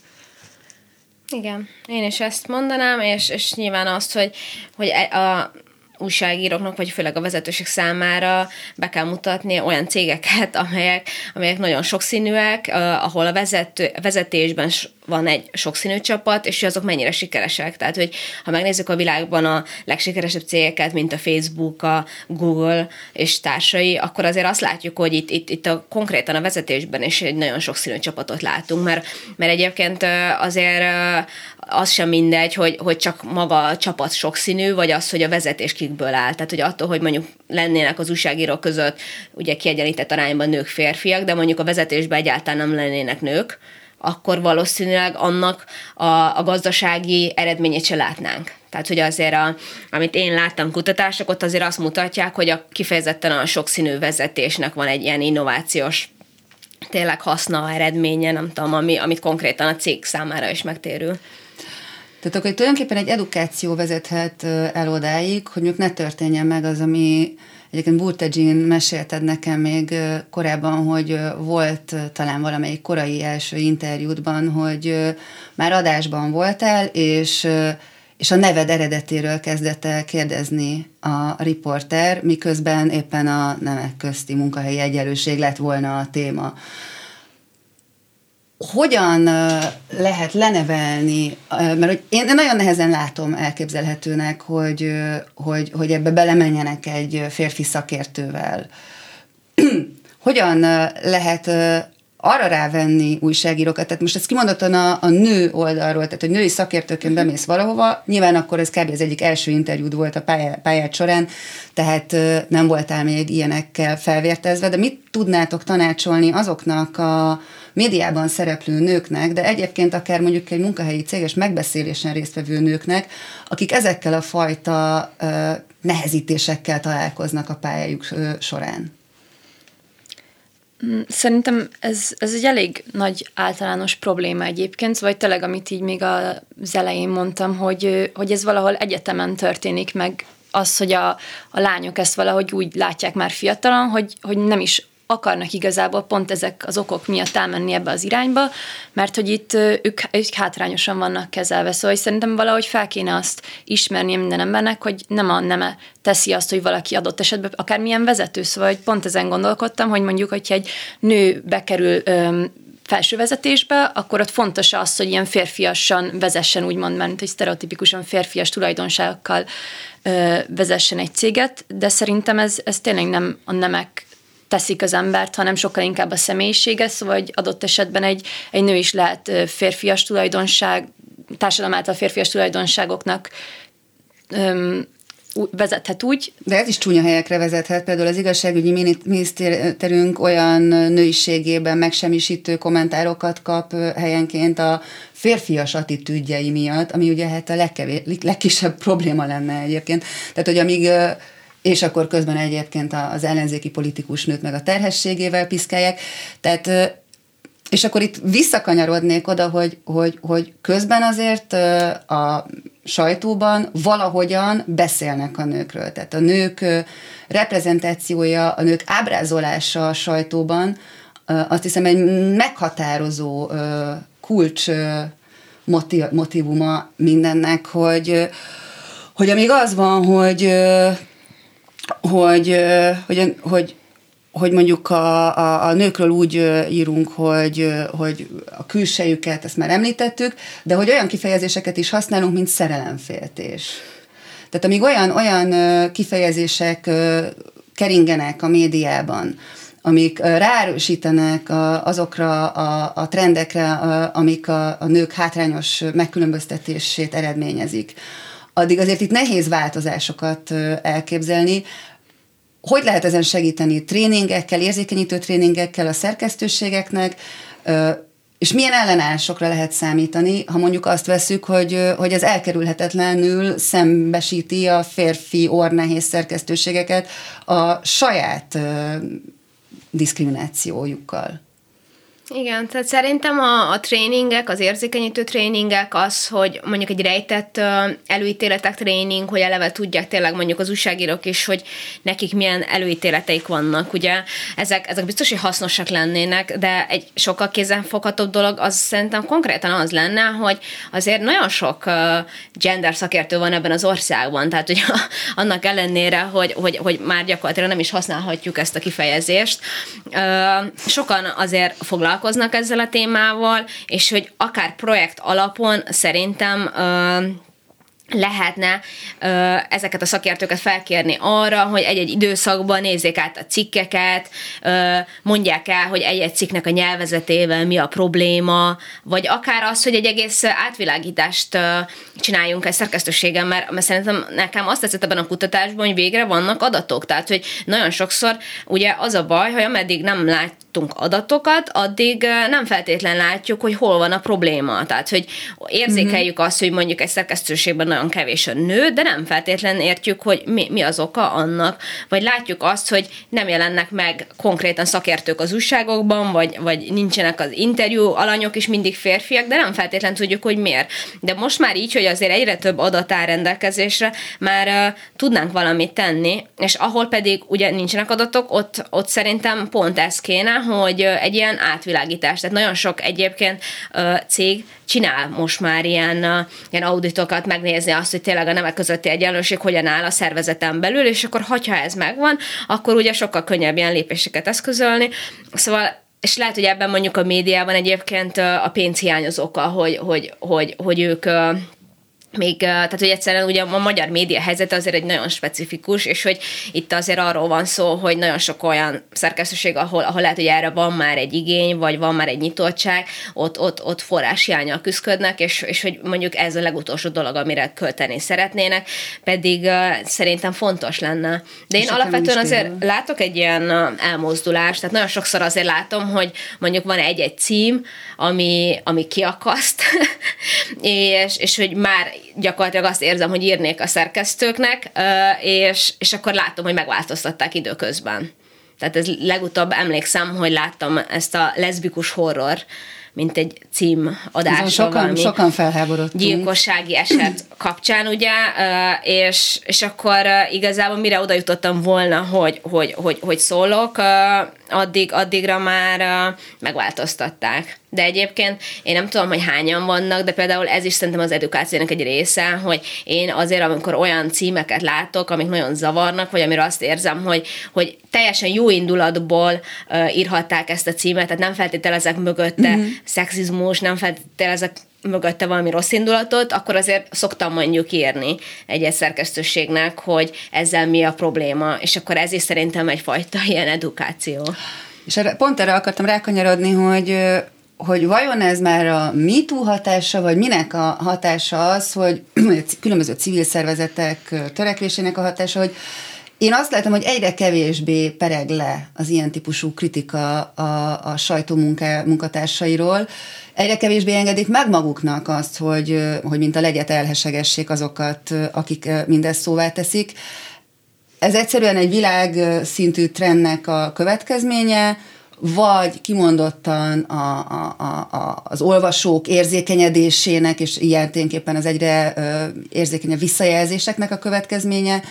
Igen, én is ezt mondanám, és nyilván azt, hogy a újságíróknak, vagy főleg a vezetőség számára be kell mutatni olyan cégeket, amelyek nagyon sokszínűek, ahol a vezetésben van egy sokszínű csapat, és azok mennyire sikeresek. Tehát, hogy ha megnézzük a világban a legsikeresebb cégeket, mint a Facebook, a Google és társai, akkor azért azt látjuk, hogy itt konkrétan a vezetésben is egy nagyon sokszínű csapatot látunk, mert egyébként azért az sem mindegy, hogy csak maga a csapat sokszínű, vagy az, hogy a vezetés kikből áll. Tehát, hogy attól, hogy mondjuk lennének az újságírók között ugye kiegyenlített arányban nők, férfiak, de mondjuk a vezetésben egyáltalán nem lennének nők, akkor valószínűleg annak a gazdasági eredményét se látnánk. Tehát, hogy azért, amit én láttam kutatások, ott azért azt mutatják, hogy kifejezetten a sokszínű vezetésnek van egy ilyen innovációs tényleg haszna, eredménye, nem tudom, amit konkrétan a cég számára is megtérül. Tehát akkor tulajdonképpen egy edukáció vezethet el odáig, hogy mondjuk ne történjen meg az, ami egyébként Burtegyin mesélted nekem még korábban, hogy volt talán valamelyik korai első interjútban, hogy már adásban voltál, és a neved eredetéről kezdett el kérdezni a riporter, miközben éppen a nemek közti munkahelyi egyenlőség lett volna a téma. Hogyan lehet lenevelni, mert hogy én nagyon nehezen látom elképzelhetőnek, hogy ebbe belemenjenek egy férfi szakértővel. Hogyan lehet arra rávenni újságírókat, tehát most ezt kimondottan a nő oldalról, tehát hogy női szakértőként bemész valahova, nyilván akkor ez kb. Az egyik első interjúd volt a pályád során, tehát nem voltál még ilyenekkel felvértezve, de mit tudnátok tanácsolni azoknak a médiában szereplő nőknek, de egyébként akár mondjuk egy munkahelyi céges megbeszélésen résztvevő nőknek, akik ezekkel a fajta nehezítésekkel találkoznak a pályájuk során? Szerintem ez egy elég nagy általános probléma egyébként, vagy tényleg, amit így még az elején mondtam, hogy ez valahol egyetemen történik meg, az, hogy a lányok ezt valahogy úgy látják már fiatalon, hogy nem is akarnak igazából pont ezek az okok miatt elmenni ebbe az irányba, mert hogy itt ők hátrányosan vannak kezelve. Szóval szerintem valahogy fel kéne azt ismernie minden embernek, hogy nem a neme teszi azt, hogy valaki adott esetben akármilyen vezető. Szóval pont ezen gondolkodtam, hogy mondjuk, hogyha egy nő bekerül felső vezetésbe, akkor ott fontos az, hogy ilyen férfiasan vezessen, úgymond, mert hogy sztereotipikusan férfias tulajdonságokkal vezessen egy céget, de szerintem ez tényleg nem a nemek teszik az embert, hanem sokkal inkább a személyisége, szóval hogy adott esetben egy nő is lehet férfias tulajdonság, társadalom által férfias tulajdonságoknak vezethet úgy. De ez is csúnya helyekre vezethet, például az igazságügyi miniszterünk olyan nőiségében megsemmisítő kommentárokat kap helyenként a férfias attitűdjei miatt, ami ugye hát a legkisebb probléma lenne egyébként. Tehát, hogy amíg és akkor közben egyébként az ellenzéki politikus nőt meg a terhességével piszkálják. Tehát, és akkor itt visszakanyarodnék oda, hogy közben azért a sajtóban valahogyan beszélnek a nőkről. Tehát a nők reprezentációja, a nők ábrázolása a sajtóban azt hiszem egy meghatározó kulcs motívuma mindennek, hogy amíg az van, hogy mondjuk a nőkről úgy írunk, hogy a külsejüket, ezt már említettük, de hogy olyan kifejezéseket is használunk, mint szerelemféltés. Tehát amíg olyan kifejezések keringenek a médiában, amik ráerősítenek azokra a trendekre, amik a nők hátrányos megkülönböztetését eredményezik, addig azért itt nehéz változásokat elképzelni. Hogy lehet ezen segíteni? Tréningekkel, érzékenyítő tréningekkel a szerkesztőségeknek, és milyen ellenállásokra lehet számítani, ha mondjuk azt vesszük, hogy ez elkerülhetetlenül szembesíti a férfi orrnehéz szerkesztőségeket a saját diszkriminációjukkal. Igen, tehát szerintem a tréningek, az érzékenyítő tréningek az, hogy mondjuk egy rejtett előítéletek tréning, hogy eleve tudják tényleg mondjuk az újságírók is, hogy nekik milyen előítéleteik vannak, ugye ezek biztos, hogy hasznosak lennének, de egy sokkal kézenfoghatóbb dolog az szerintem konkrétan az lenne, hogy azért nagyon sok gender szakértő van ebben az országban, tehát hogy annak ellenére, hogy már gyakorlatilag nem is használhatjuk ezt a kifejezést, sokan azért foglalkoznak ezzel a témával, és hogy akár projekt alapon szerintem lehetne ezeket a szakértőket felkérni arra, hogy egy-egy időszakban nézzék át a cikkeket, mondják el, hogy egy-egy cikknek a nyelvezetével mi a probléma, vagy akár az, hogy egy egész átvilágítást csináljunk egy szerkesztőségen, mert szerintem nekem azt tetszett ebben a kutatásban, hogy végre vannak adatok. Tehát, hogy nagyon sokszor ugye az a baj, hogy ameddig nem láttunk adatokat, addig nem feltétlen látjuk, hogy hol van a probléma. Tehát, hogy érzékeljük azt, hogy mondjuk egy szerkesztőségben nagyon kevés a nő, de nem feltétlen értjük, hogy mi az oka annak. Vagy látjuk azt, hogy nem jelennek meg konkrétan szakértők az újságokban, vagy nincsenek az interjú alanyok is mindig férfiak, de nem feltétlen tudjuk, hogy miért. De most már így, hogy azért egyre több adat áll rendelkezésre, már tudnánk valamit tenni, és ahol pedig ugye nincsenek adatok, ott szerintem pont ez kéne, hogy egy ilyen átvilágítás. Tehát nagyon sok egyébként cég csinál most már ilyen auditokat, megnézni azt, hogy tényleg a nemek közötti egyenlőség hogyan áll a szervezeten belül, és akkor, hogyha ez megvan, akkor ugye sokkal könnyebb ilyen lépéseket eszközölni. Szóval, és lehet, hogy ebben mondjuk a médiában egyébként a pénzhiány az oka, hogy ők még, tehát hogy egyszerűen ugye a magyar média helyzete azért egy nagyon specifikus, és hogy itt azért arról van szó, hogy nagyon sok olyan szerkesztőség, ahol lehet, hogy erre van már egy igény, vagy van már egy nyitottság, ott forráshiánnyal küzdködnek, és hogy mondjuk ez a legutolsó dolog, amire költeni szeretnének, pedig szerintem fontos lenne. De én alapvetően azért látok egy ilyen elmozdulást, tehát nagyon sokszor azért látom, hogy mondjuk van egy-egy cím, ami kiakaszt, és hogy már gyakorlatilag azt érzem, hogy írnék a szerkesztőknek, és akkor látom, hogy megváltoztatták időközben. Tehát ez legutóbb emlékszem, hogy láttam ezt a leszbikus horror, mint egy címadásra, sokan felháborodtunk. Gyilkossági eset kapcsán, ugye, és akkor igazából mire oda jutottam volna, hogy szólok, addigra már megváltoztatták. De egyébként én nem tudom, hogy hányan vannak, de például ez is szerintem az edukációnak egy része, hogy én azért, amikor olyan címeket látok, amik nagyon zavarnak, vagy amire azt érzem, hogy teljesen jó indulatból írhatták ezt a címet, tehát nem feltételezek mögötte szexizmus, nem feltételezek mögötte valami rossz indulatot, akkor azért szoktam mondjuk írni egy szerkesztőségnek, hogy ezzel mi a probléma, és akkor ez is szerintem egyfajta ilyen edukáció. És pont erre akartam rákanyarodni, hogy vajon ez már a MeToo hatása, vagy minek a hatása az, hogy különböző civil szervezetek törekvésének a hatása, hogy én azt látom, hogy egyre kevésbé pereg le az ilyen típusú kritika a sajtó munkatársairól, egyre kevésbé engedik meg maguknak azt, hogy mint a legyet elhesegessék azokat, akik mindezt szóvá teszik. Ez egyszerűen egy világszintű trendnek a következménye, vagy kimondottan az olvasók érzékenyedésének, és ilyen tényképpen az egyre érzékenyebb visszajelzéseknek a következménye.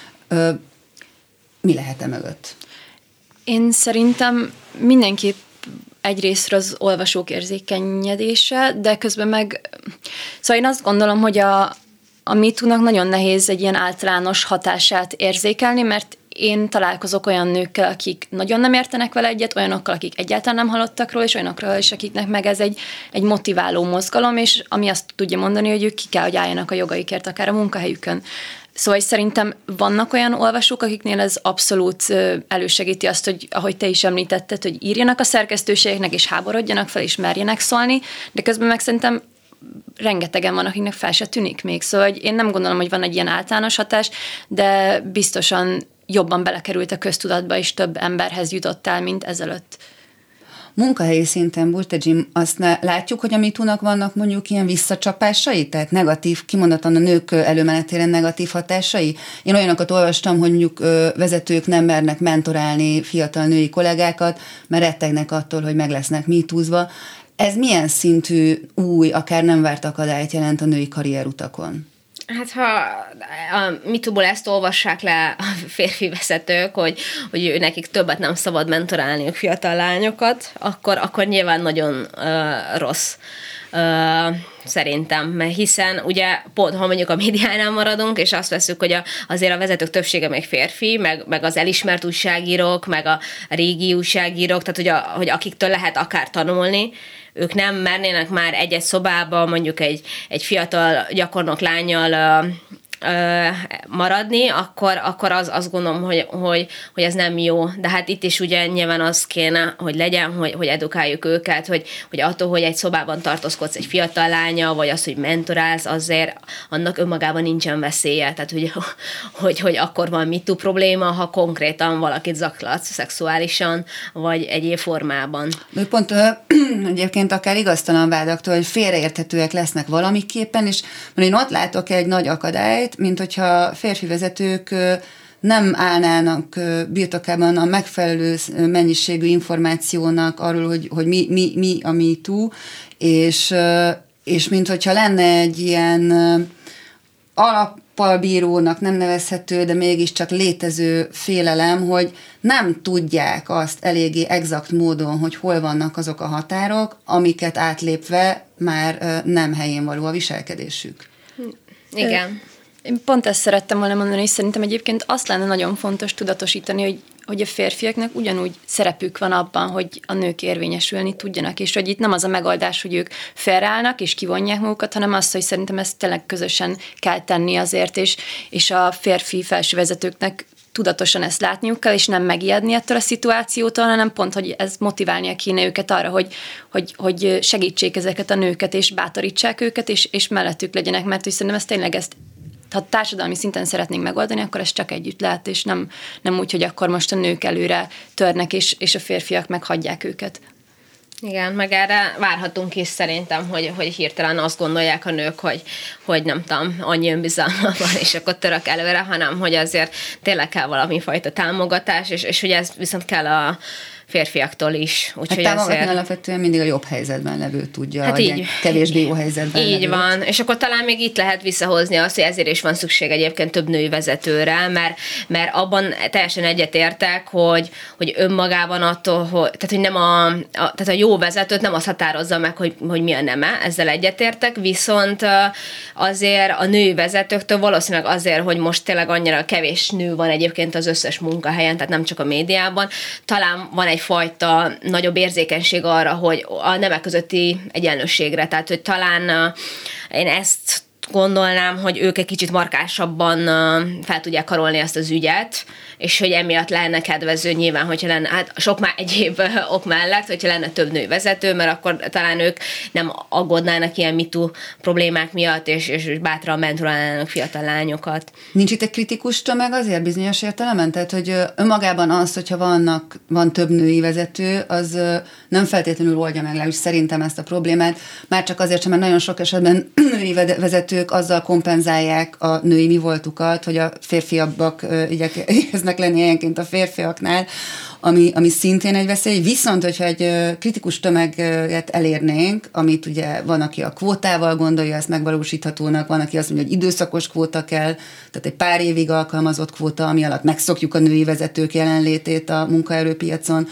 Mi lehet mögött? Én szerintem mindenképp egyrésztről az olvasók érzékenyedése, de közben meg... Szóval én azt gondolom, hogy a MeToo-nak nagyon nehéz egy ilyen általános hatását érzékelni, mert én találkozok olyan nőkkel, akik nagyon nem értenek vele egyet, olyanokkal, akik egyáltalán nem hallottak róla, és olyanokról is, akiknek meg ez egy motiváló mozgalom, és ami azt tudja mondani, hogy ők ki kell, hogy álljanak a jogaikért, akár a munkahelyükön. Szóval szerintem vannak olyan olvasók, akiknél ez abszolút elősegíti azt, hogy ahogy te is említetted, hogy írjanak a szerkesztőségeknek, és háborodjanak fel, és merjenek szólni, de közben meg szerintem rengetegen van, akiknek fel se tűnik még. Szóval én nem gondolom, hogy van egy ilyen általános hatás, de biztosan jobban belekerült a köztudatba, és több emberhez jutott el, mint ezelőtt. Munkahelyi szinten, Burtegyim, azt látjuk, hogy a MeToo-nak vannak mondjuk ilyen visszacsapásai, tehát negatív, kimondottan a nők előmenetére negatív hatásai? Én olyanokat olvastam, hogy mondjuk vezetők nem mernek mentorálni fiatal női kollégákat, mert rettegnek attól, hogy meg lesznek MeToo-zva. Ez milyen szintű új, akár nem várt akadályt jelent a női karrierutakon? Hát ha a MeToo-ból ezt olvassák le a férfi vezetők, hogy nekik többet nem szabad mentorálniuk fiatal lányokat, akkor nyilván nagyon rossz szerintem, mert hiszen ugye pont, ha mondjuk a médiánál maradunk, és azt veszük, hogy azért a vezetők többsége még férfi, meg az elismert újságírók, meg a régi újságírók, tehát hogy akiktől lehet akár tanulni, ők nem mernének már egy-egy szobába mondjuk egy fiatal gyakornok lánnyal maradni, akkor azt gondolom, hogy ez nem jó. De hát itt is ugye nyilván az kéne, hogy legyen, hogy edukáljuk őket, hogy attól, hogy egy szobában tartózkodsz egy fiatal lánya, vagy az, hogy mentorálsz, azért annak önmagában nincsen veszélye. Tehát hogy akkor van MeToo probléma, ha konkrétan valakit zaklatsz szexuálisan, vagy egyéb formában. De pont egyébként akár igaztalan vádaktól, hogy félreérthetőek lesznek valamiképpen, és én ott látok egy nagy akadályt, mint hogyha férfi vezetők nem állnának birtokában a megfelelő mennyiségű információnak arról, hogy mi a MeToo, és mint hogyha lenne egy ilyen alappalbírónak nem nevezhető, de mégiscsak létező félelem, hogy nem tudják azt eléggé exakt módon, hogy hol vannak azok a határok, amiket átlépve már nem helyén való a viselkedésük. Igen. Én pont ezt szerettem volna mondani, és szerintem egyébként azt lenne nagyon fontos tudatosítani, hogy a férfiaknak ugyanúgy szerepük van abban, hogy a nők érvényesülni tudjanak, és hogy itt nem az a megoldás, hogy ők felrállnak és kivonják magukat, hanem az, hogy szerintem ezt tényleg közösen kell tenni azért, és a férfi felsővezetőknek tudatosan ezt látniuk kell, és nem megijedni ettől a szituációtól, hanem pont, hogy ez motiválnia kéne őket arra, hogy segítsék ezeket a nőket, és bátorítsák őket, és mellettük legyenek, mert hogy szerintem ez tényleg ha társadalmi szinten szeretnénk megoldani, akkor ez csak együtt lehet, és nem úgy, hogy akkor most a nők előre törnek, és a férfiak meghagyják őket. Igen, meg erre várhatunk is szerintem, hogy hirtelen azt gondolják a nők, hogy nem tudom, annyi önbizalma van, és akkor török előre, hanem hogy azért tényleg kell valami fajta támogatás, és hogy ez viszont kell a férfiaktól is. Hát támogatni alapvetően mindig a jobb helyzetben levő tudja, hát így, kevésbé jó helyzetben így levő. van, és akkor talán még itt lehet visszahozni azt, hogy ezért is van szükség egyébként több női vezetőre, mert abban teljesen egyetértek, hogy önmagában attól, tehát hogy nem tehát a jó vezetőt nem azt határozza meg, hogy mi a neme, ezzel egyetértek, viszont azért a női vezetőktől valószínűleg azért, hogy most tényleg annyira kevés nő van egyébként az összes munkahelyen, tehát nem csak a médiában, talán van egyfajta nagyobb érzékenység arra, hogy a nemek közötti egyenlőségre, tehát hogy talán én ezt gondolnám, hogy ők egy kicsit markásabban fel tudják karolni ezt az ügyet, és hogy emiatt lenne kedvező nyilván, hogyha lenne, hát sok már egyéb ok mellett, hogyha lenne több női vezető, mert akkor talán ők nem aggódnának ilyen MeToo problémák miatt, és bátran mentorálnának fiatal lányokat. Nincs itt egy kritikus tömeg azért bizonyos értelemben? Tehát, hogy önmagában az, hogyha van több női vezető, az nem feltétlenül oldja meg, legalábbis szerintem ezt a problémát, már csak azért sem, mert nagyon sok esetben női vezetők azzal kompenzálják a női mi voltukat, hogy a férfiabbak igyekeznek lenni ilyenként a férfiaknál, ami szintén egy veszély. Viszont, hogyha egy kritikus tömeget elérnénk, amit ugye van, aki a kvótával gondolja ezt megvalósíthatónak, van, aki azt mondja, hogy időszakos kvóta kell, tehát egy pár évig alkalmazott kvóta, ami alatt megszokjuk a női vezetők jelenlétét a munkaerőpiacon,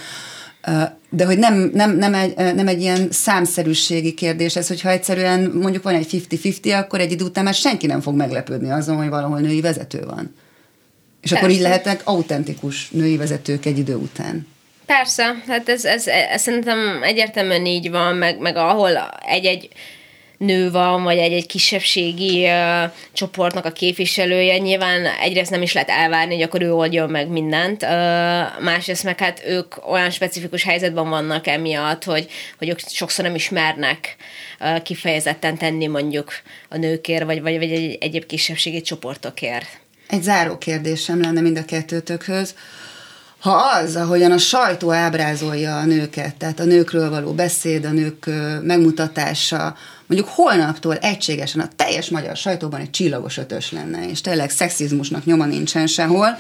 de hogy nem egy ilyen számszerűségi kérdés ez, hogyha egyszerűen mondjuk van egy 50-50, akkor egy idő után már senki nem fog meglepődni azon, hogy valahol női vezető van. És akkor így lehetnek autentikus női vezetők egy idő után. Persze, hát ez szerintem egyértelműen így van, meg ahol egy nő van, vagy egy kisebbségi csoportnak a képviselője, nyilván egyrészt nem is lehet elvárni, hogy akkor ő oldjon meg mindent, másrészt meg hát ők olyan specifikus helyzetben vannak emiatt, hogy ők sokszor nem ismernek kifejezetten tenni mondjuk a nőkért, vagy egy egyéb kisebbségi csoportokért. Egy záró kérdésem lenne mind a kettőtökhöz. Ha az, ahogyan a sajtó ábrázolja a nőket, tehát a nőkről való beszéd, a nők megmutatása, mondjuk holnaptól egységesen a teljes magyar sajtóban egy csillagos ötös lenne, és tényleg szexizmusnak nyoma nincsen sehol,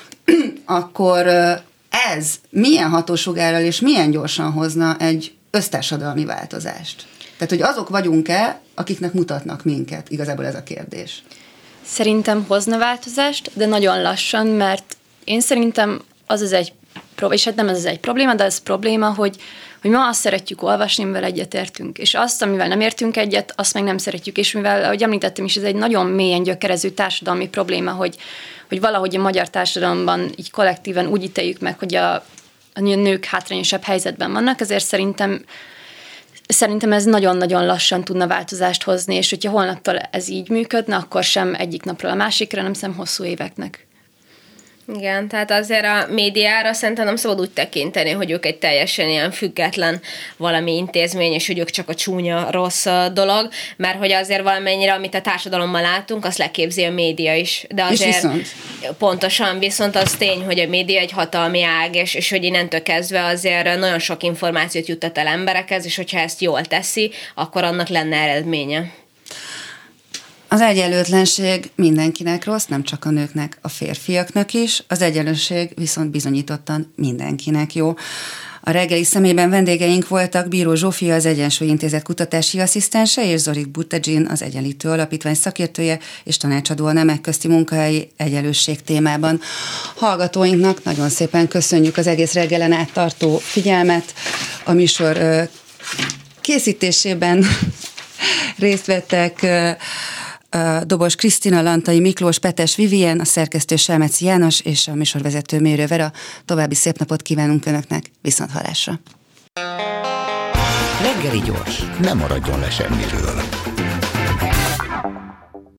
akkor ez milyen hatósugárral és milyen gyorsan hozna egy össztársadalmi változást? Tehát, hogy azok vagyunk-e, akiknek mutatnak minket? Igazából ez a kérdés. Szerintem hozna változást, de nagyon lassan, mert én szerintem az egy és hát nem ez az egy probléma, de ez probléma, hogy ma azt szeretjük olvasni, amivel egyetértünk, és azt, amivel nem értünk egyet, azt meg nem szeretjük, és mivel, ahogy említettem is, ez egy nagyon mélyen gyökerező társadalmi probléma, hogy valahogy a magyar társadalomban így kollektíven úgy ítéljük meg, hogy a nők hátrányosabb helyzetben vannak, ezért szerintem ez nagyon-nagyon lassan tudna változást hozni, és hogyha holnaptól ez így működne, akkor sem egyik napról a másikra, nem hiszem hosszú éveknek. Igen, tehát azért a médiára szerintem nem szabad úgy tekinteni, hogy ők egy teljesen ilyen független valami intézmény, és hogy ők csak a csúnya, rossz dolog, mert hogy azért valamennyire, amit a társadalommal látunk, azt leképzi a média is. De azért pontosan, viszont az tény, hogy a média egy hatalmi ág, és hogy innentől kezdve azért nagyon sok információt juttat el emberekhez, és hogyha ezt jól teszi, akkor annak lenne eredménye. Az egyenlőtlenség mindenkinek rossz, nem csak a nőknek, a férfiaknak is. Az egyenlőség viszont bizonyítottan mindenkinek jó. A reggeli szemében vendégeink voltak Bíró Zsófia, az Egyensúly Intézet kutatási asszisztense, és Zorik Butegyin, az Egyenlítő Alapítvány szakértője és tanácsadó a nemek közti munkahelyi egyenlőség témában. Hallgatóinknak nagyon szépen köszönjük az egész reggelen át tartó figyelmet. A műsor készítésében részt vettek Dobos Krisztina, Lantai Miklós, Petes Vivien, a szerkesztő Selmeci János és a műsorvezető Mérő Vera. További szép napot kívánunk Önöknek, viszonthallásra! Reggeli gyors, ne maradjon le semmiről.